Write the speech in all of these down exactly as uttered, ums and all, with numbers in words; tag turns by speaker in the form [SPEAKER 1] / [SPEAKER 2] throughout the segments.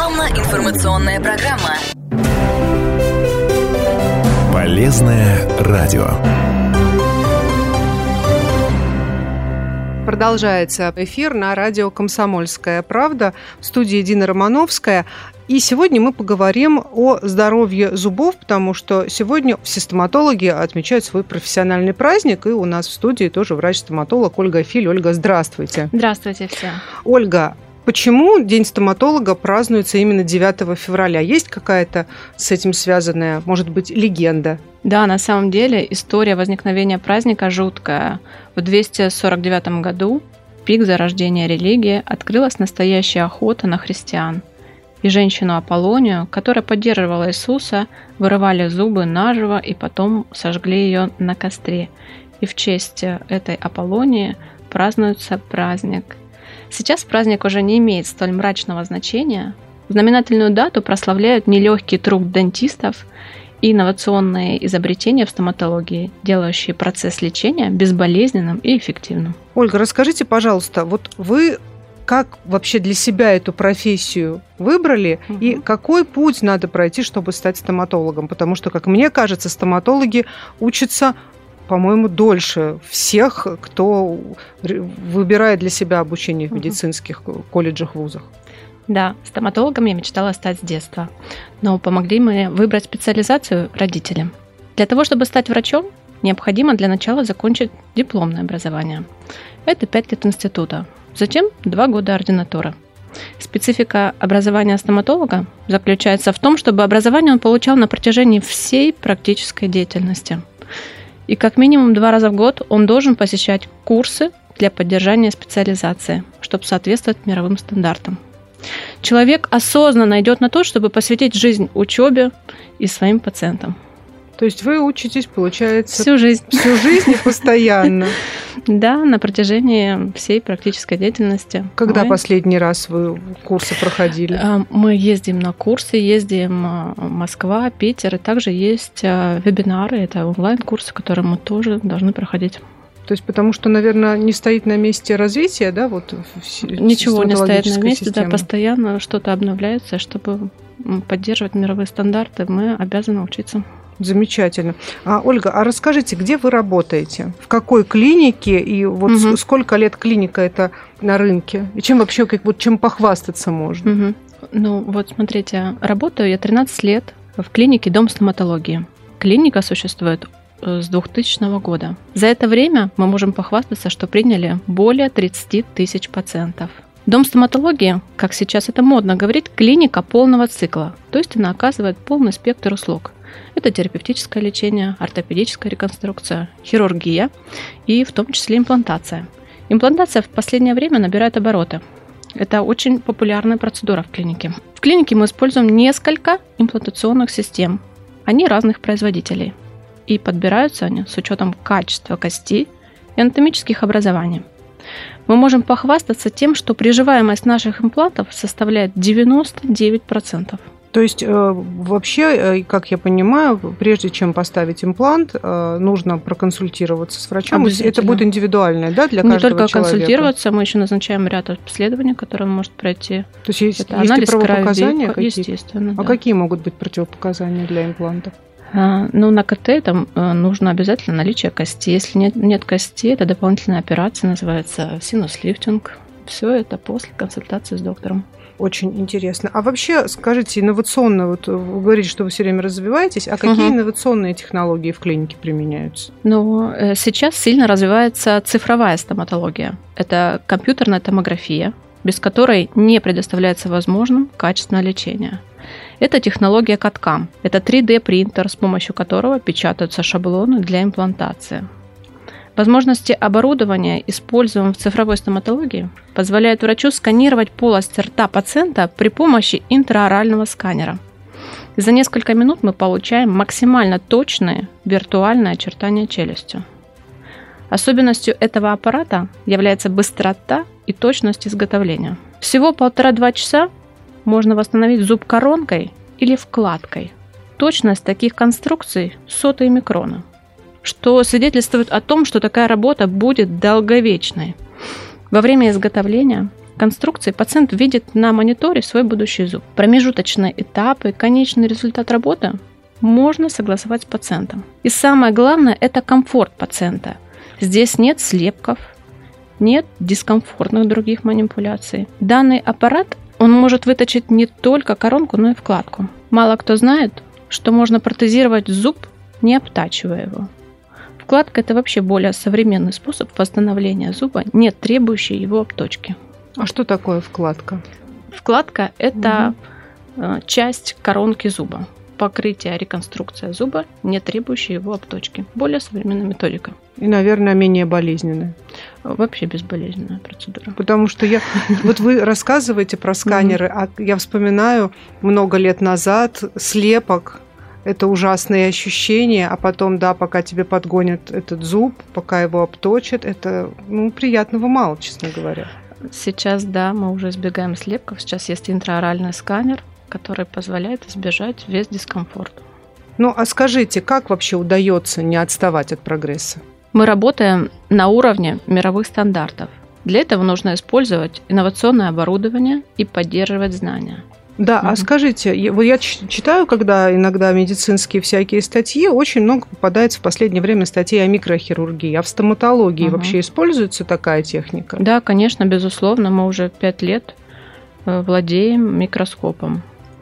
[SPEAKER 1] Рекламно-информационная программа.
[SPEAKER 2] Полезное радио.
[SPEAKER 3] Продолжается эфир на радио «Комсомольская правда». В студии Дина Романовская. И сегодня мы поговорим о здоровье зубов, потому что сегодня все стоматологи отмечают свой профессиональный праздник. И у нас в студии тоже врач-стоматолог Ольга Филь. Ольга, здравствуйте.
[SPEAKER 4] Здравствуйте всем.
[SPEAKER 3] Ольга, почему День стоматолога празднуется именно девятого февраля? Есть какая-то с этим связанная, может быть, легенда?
[SPEAKER 4] Да, на самом деле история возникновения праздника жуткая. В двести сорок девятом году, в пик зарождения религии, открылась настоящая охота на христиан. И женщину Аполлонию, которая поддерживала Иисуса, вырывали зубы наживо и потом сожгли ее на костре. И в честь этой Аполлонии празднуется праздник. Сейчас праздник уже не имеет столь мрачного значения. В знаменательную дату прославляют нелегкий труд дантистов и инновационные изобретения в стоматологии, делающие процесс лечения безболезненным и эффективным.
[SPEAKER 3] Ольга, расскажите, пожалуйста, вот вы как вообще для себя эту профессию выбрали, угу. и какой путь надо пройти, чтобы стать стоматологом? Потому что, как мне кажется, стоматологи учатся, по-моему, дольше всех, кто выбирает для себя обучение в медицинских колледжах, вузах.
[SPEAKER 4] Да, стоматологом я мечтала стать с детства, но помогли мне выбрать специализацию родители. Для того, чтобы стать врачом, необходимо для начала закончить дипломное образование. Это пять лет института, затем два года ординатуры. Специфика образования стоматолога заключается в том, чтобы образование он получал на протяжении всей практической деятельности. И как минимум два раза в год он должен посещать курсы для поддержания специализации, чтобы соответствовать мировым стандартам. Человек осознанно идет на то, чтобы посвятить жизнь учебе и своим пациентам.
[SPEAKER 3] То есть вы учитесь, получается,
[SPEAKER 4] всю жизнь.
[SPEAKER 3] Всю жизнь и постоянно.
[SPEAKER 4] Да, на протяжении всей практической деятельности.
[SPEAKER 3] Когда
[SPEAKER 4] мы...
[SPEAKER 3] последний раз вы курсы проходили?
[SPEAKER 4] Мы ездим на курсы, ездим в Москва, Питер, и также есть вебинары, это онлайн-курсы, которые мы тоже должны проходить.
[SPEAKER 3] То есть потому что, наверное, не стоит на месте развития, да? Вот
[SPEAKER 4] ничего не стоит на месте,
[SPEAKER 3] системы.
[SPEAKER 4] Да, постоянно что-то обновляется, чтобы поддерживать мировые стандарты, мы обязаны учиться.
[SPEAKER 3] Замечательно. А, Ольга, а расскажите, где вы работаете? В какой клинике? И вот угу. сколько лет клиника это на рынке? И чем вообще, как, вот, чем похвастаться можно?
[SPEAKER 4] Угу. Ну, вот смотрите, работаю я тринадцать лет в клинике «Дом стоматологии». Клиника существует с двухтысячного года. За это время мы можем похвастаться, что приняли более тридцать тысяч пациентов. Дом стоматологии, как сейчас это модно говорить, клиника полного цикла, то есть она оказывает полный спектр услуг. Это терапевтическое лечение, ортопедическая реконструкция, хирургия и в том числе имплантация. Имплантация в последнее время набирает обороты. Это очень популярная процедура в клинике. В клинике мы используем несколько имплантационных систем. Они разных производителей. И подбираются они с учетом качества костей и анатомических образований. Мы можем похвастаться тем, что приживаемость наших имплантов составляет девяносто девять процентов.
[SPEAKER 3] То есть вообще, как я понимаю, прежде чем поставить имплант, нужно проконсультироваться с врачом. Это будет индивидуальное, да, для каждого человека?
[SPEAKER 4] Не только консультироваться, мы еще назначаем ряд обследований, которые он может пройти.
[SPEAKER 3] То есть есть,
[SPEAKER 4] это
[SPEAKER 3] есть
[SPEAKER 4] анализ
[SPEAKER 3] и противопоказания
[SPEAKER 4] крови,
[SPEAKER 3] какие-то?
[SPEAKER 4] Естественно,
[SPEAKER 3] А
[SPEAKER 4] да.
[SPEAKER 3] какие могут быть противопоказания для имплантов?
[SPEAKER 4] А, ну, на КТ там нужно обязательно наличие кости. Если нет, нет кости, это дополнительная операция, называется синус-лифтинг. Все это после консультации с доктором.
[SPEAKER 3] Очень интересно. А вообще, скажите, инновационно, вот вы говорите, что вы все время развиваетесь, а какие угу. инновационные технологии в клинике применяются?
[SPEAKER 4] Ну, сейчас сильно развивается цифровая стоматология. Это компьютерная томография, без которой не предоставляется возможным качественное лечение. Это технология кат кам. Это три дэ принтер, с помощью которого печатаются шаблоны для имплантации. Возможности оборудования, используемого в цифровой стоматологии, позволяют врачу сканировать полость рта пациента при помощи интраорального сканера. И за несколько минут мы получаем максимально точные виртуальные очертания челюсти. Особенностью этого аппарата является быстрота и точность изготовления. Всего полтора-два часа можно восстановить зуб коронкой или вкладкой. Точность таких конструкций – сотые микрона, что свидетельствует о том, что такая работа будет долговечной. Во время изготовления конструкции пациент видит на мониторе свой будущий зуб. Промежуточные этапы, конечный результат работы можно согласовать с пациентом. И самое главное – это комфорт пациента. Здесь нет слепков, нет дискомфортных других манипуляций. Данный аппарат, он может выточить не только коронку, но и вкладку. Мало кто знает, что можно протезировать зуб, не обтачивая его. Вкладка – это вообще более современный способ восстановления зуба, не требующий его обточки.
[SPEAKER 3] А что такое вкладка?
[SPEAKER 4] Вкладка – это угу. часть коронки зуба. Покрытие, реконструкция зуба, не требующая его обточки. Более современная методика.
[SPEAKER 3] И, наверное, менее болезненная.
[SPEAKER 4] Вообще безболезненная процедура.
[SPEAKER 3] Потому что я... Вот вы рассказываете про сканеры, а я вспоминаю много лет назад слепок. Это ужасные ощущения, а потом, да, пока тебе подгонят этот зуб, пока его обточат, это, ну, приятного мало, честно говоря.
[SPEAKER 4] Сейчас, да, мы уже избегаем слепков. Сейчас есть интраоральный сканер, который позволяет избежать весь дискомфорт.
[SPEAKER 3] Ну, а скажите, как вообще удается не отставать от прогресса?
[SPEAKER 4] Мы работаем на уровне мировых стандартов. Для этого нужно использовать инновационное оборудование и поддерживать знания.
[SPEAKER 3] Да, mm-hmm. а скажите, я, я читаю, когда иногда медицинские всякие статьи, очень много попадается в последнее время статей о микрохирургии, а в стоматологии mm-hmm. вообще используется такая техника?
[SPEAKER 4] Да, конечно, безусловно, мы уже пять лет владеем микроскопом.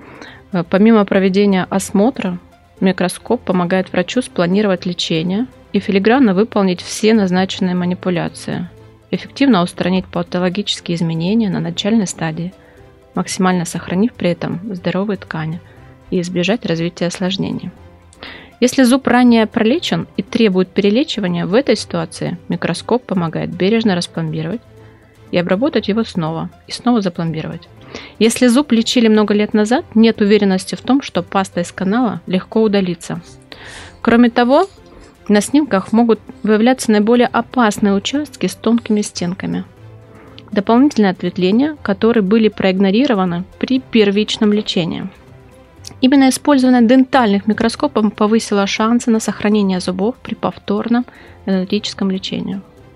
[SPEAKER 4] Помимо проведения осмотра, микроскоп помогает врачу спланировать лечение и филигранно выполнить все назначенные манипуляции, эффективно устранить патологические изменения на начальной стадии, максимально сохранив при этом здоровые ткани и избежать развития осложнений. Если зуб ранее пролечен и требует перелечивания, в этой ситуации микроскоп помогает бережно распломбировать и обработать его снова, и снова запломбировать. Если зуб лечили много лет назад, нет уверенности в том, что паста из канала легко удалится. Кроме того, на снимках могут выявляться наиболее опасные участки с тонкими стенками. Дополнительные ответвления, которые были проигнорированы при первичном лечении. Именно использование дентальных микроскопов повысило шансы на сохранение зубов при повторном эндодонтическом лечении.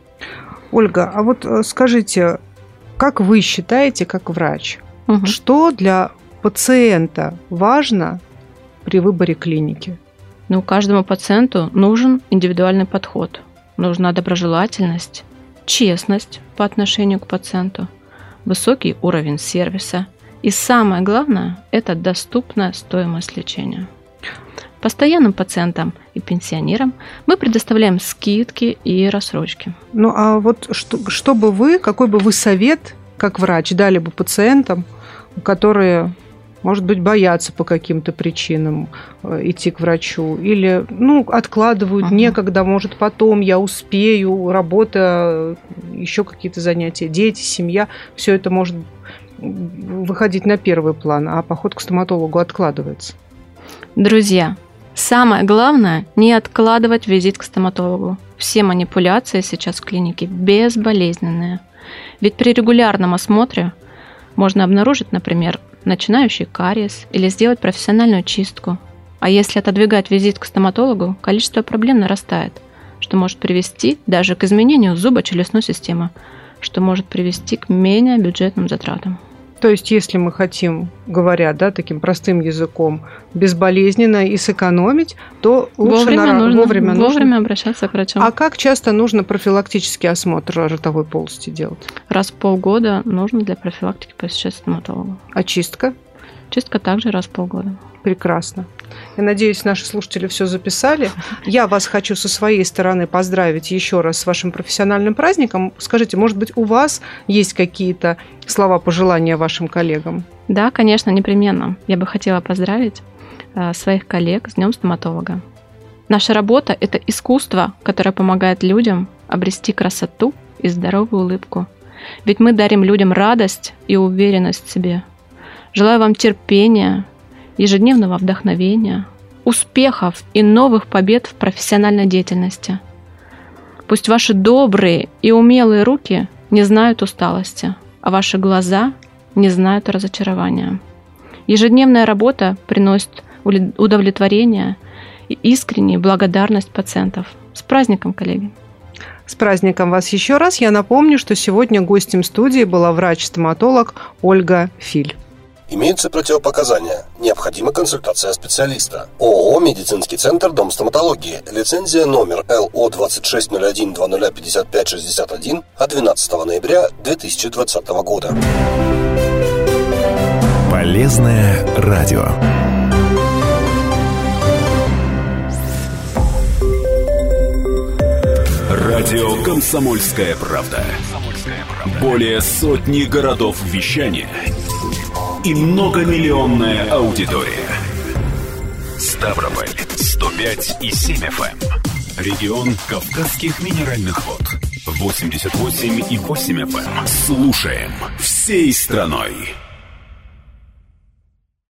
[SPEAKER 3] Ольга, а вот скажите, как вы считаете, как врач, угу. что для пациента важно при выборе клиники?
[SPEAKER 4] Ну, каждому пациенту нужен индивидуальный подход. Нужна доброжелательность, честность по отношению к пациенту, высокий уровень сервиса и самое главное – это доступная стоимость лечения. Постоянным пациентам и пенсионерам мы предоставляем скидки и рассрочки.
[SPEAKER 3] Ну а вот что, что бы вы, какой бы вы совет, как врач, дали бы пациентам, которые, может быть, боятся по каким-то причинам идти к врачу или, ну, откладывают, uh-huh. некогда, может, потом я успею, работа, еще какие-то занятия, дети, семья, все это может выходить на первый план, а поход к стоматологу откладывается.
[SPEAKER 4] Друзья, самое главное – не откладывать визит к стоматологу. Все манипуляции сейчас в клинике безболезненные. Ведь при регулярном осмотре можно обнаружить, например, начинающий кариес или сделать профессиональную чистку. А если отодвигать визит к стоматологу, количество проблем нарастает, что может привести даже к изменению зубо-челюстной системы, что может привести к менее бюджетным затратам.
[SPEAKER 3] То есть, если мы хотим, говоря, да, таким простым языком, безболезненно и сэкономить, то лучше
[SPEAKER 4] вовремя,
[SPEAKER 3] на...
[SPEAKER 4] нужно,
[SPEAKER 3] вовремя,
[SPEAKER 4] вовремя
[SPEAKER 3] нужно...
[SPEAKER 4] обращаться к врачу.
[SPEAKER 3] А как часто нужно профилактический осмотр ротовой полости делать?
[SPEAKER 4] Раз в полгода нужно для профилактики посещать стоматолога.
[SPEAKER 3] А чистка?
[SPEAKER 4] Чистка также раз в полгода.
[SPEAKER 3] Прекрасно. Я надеюсь, наши слушатели все записали. Я вас хочу со своей стороны поздравить еще раз с вашим профессиональным праздником. Скажите, может быть, у вас есть какие-то слова пожелания вашим коллегам?
[SPEAKER 4] Да, конечно, непременно. Я бы хотела поздравить своих коллег с Днем стоматолога. Наша работа – это искусство, которое помогает людям обрести красоту и здоровую улыбку. Ведь мы дарим людям радость и уверенность в себе. Желаю вам терпения, ежедневного вдохновения, успехов и новых побед в профессиональной деятельности. Пусть ваши добрые и умелые руки не знают усталости, а ваши глаза не знают разочарования. Ежедневная работа приносит удовлетворение и искреннюю благодарность пациентов. С праздником, коллеги!
[SPEAKER 3] С праздником вас еще раз. Я напомню, что сегодня гостем студии была врач-стоматолог Ольга Филь.
[SPEAKER 1] Имеются противопоказания. Необходима консультация специалиста. ООО «Медицинский центр Дом стоматологии». Лицензия номер эл о двадцать шесть ноль один два ноль пятьдесят пять шестьдесят один от двенадцатого ноября две тысячи двадцатого года.
[SPEAKER 2] Полезное радио.
[SPEAKER 5] Радио «Комсомольская правда». Более сотни городов вещания и многомиллионная аудитория. Ставрополь сто пять и семь эф эм. Регион Кавказских минеральных вод восемьдесят восемь и восемь эф эм. Слушаем всей страной.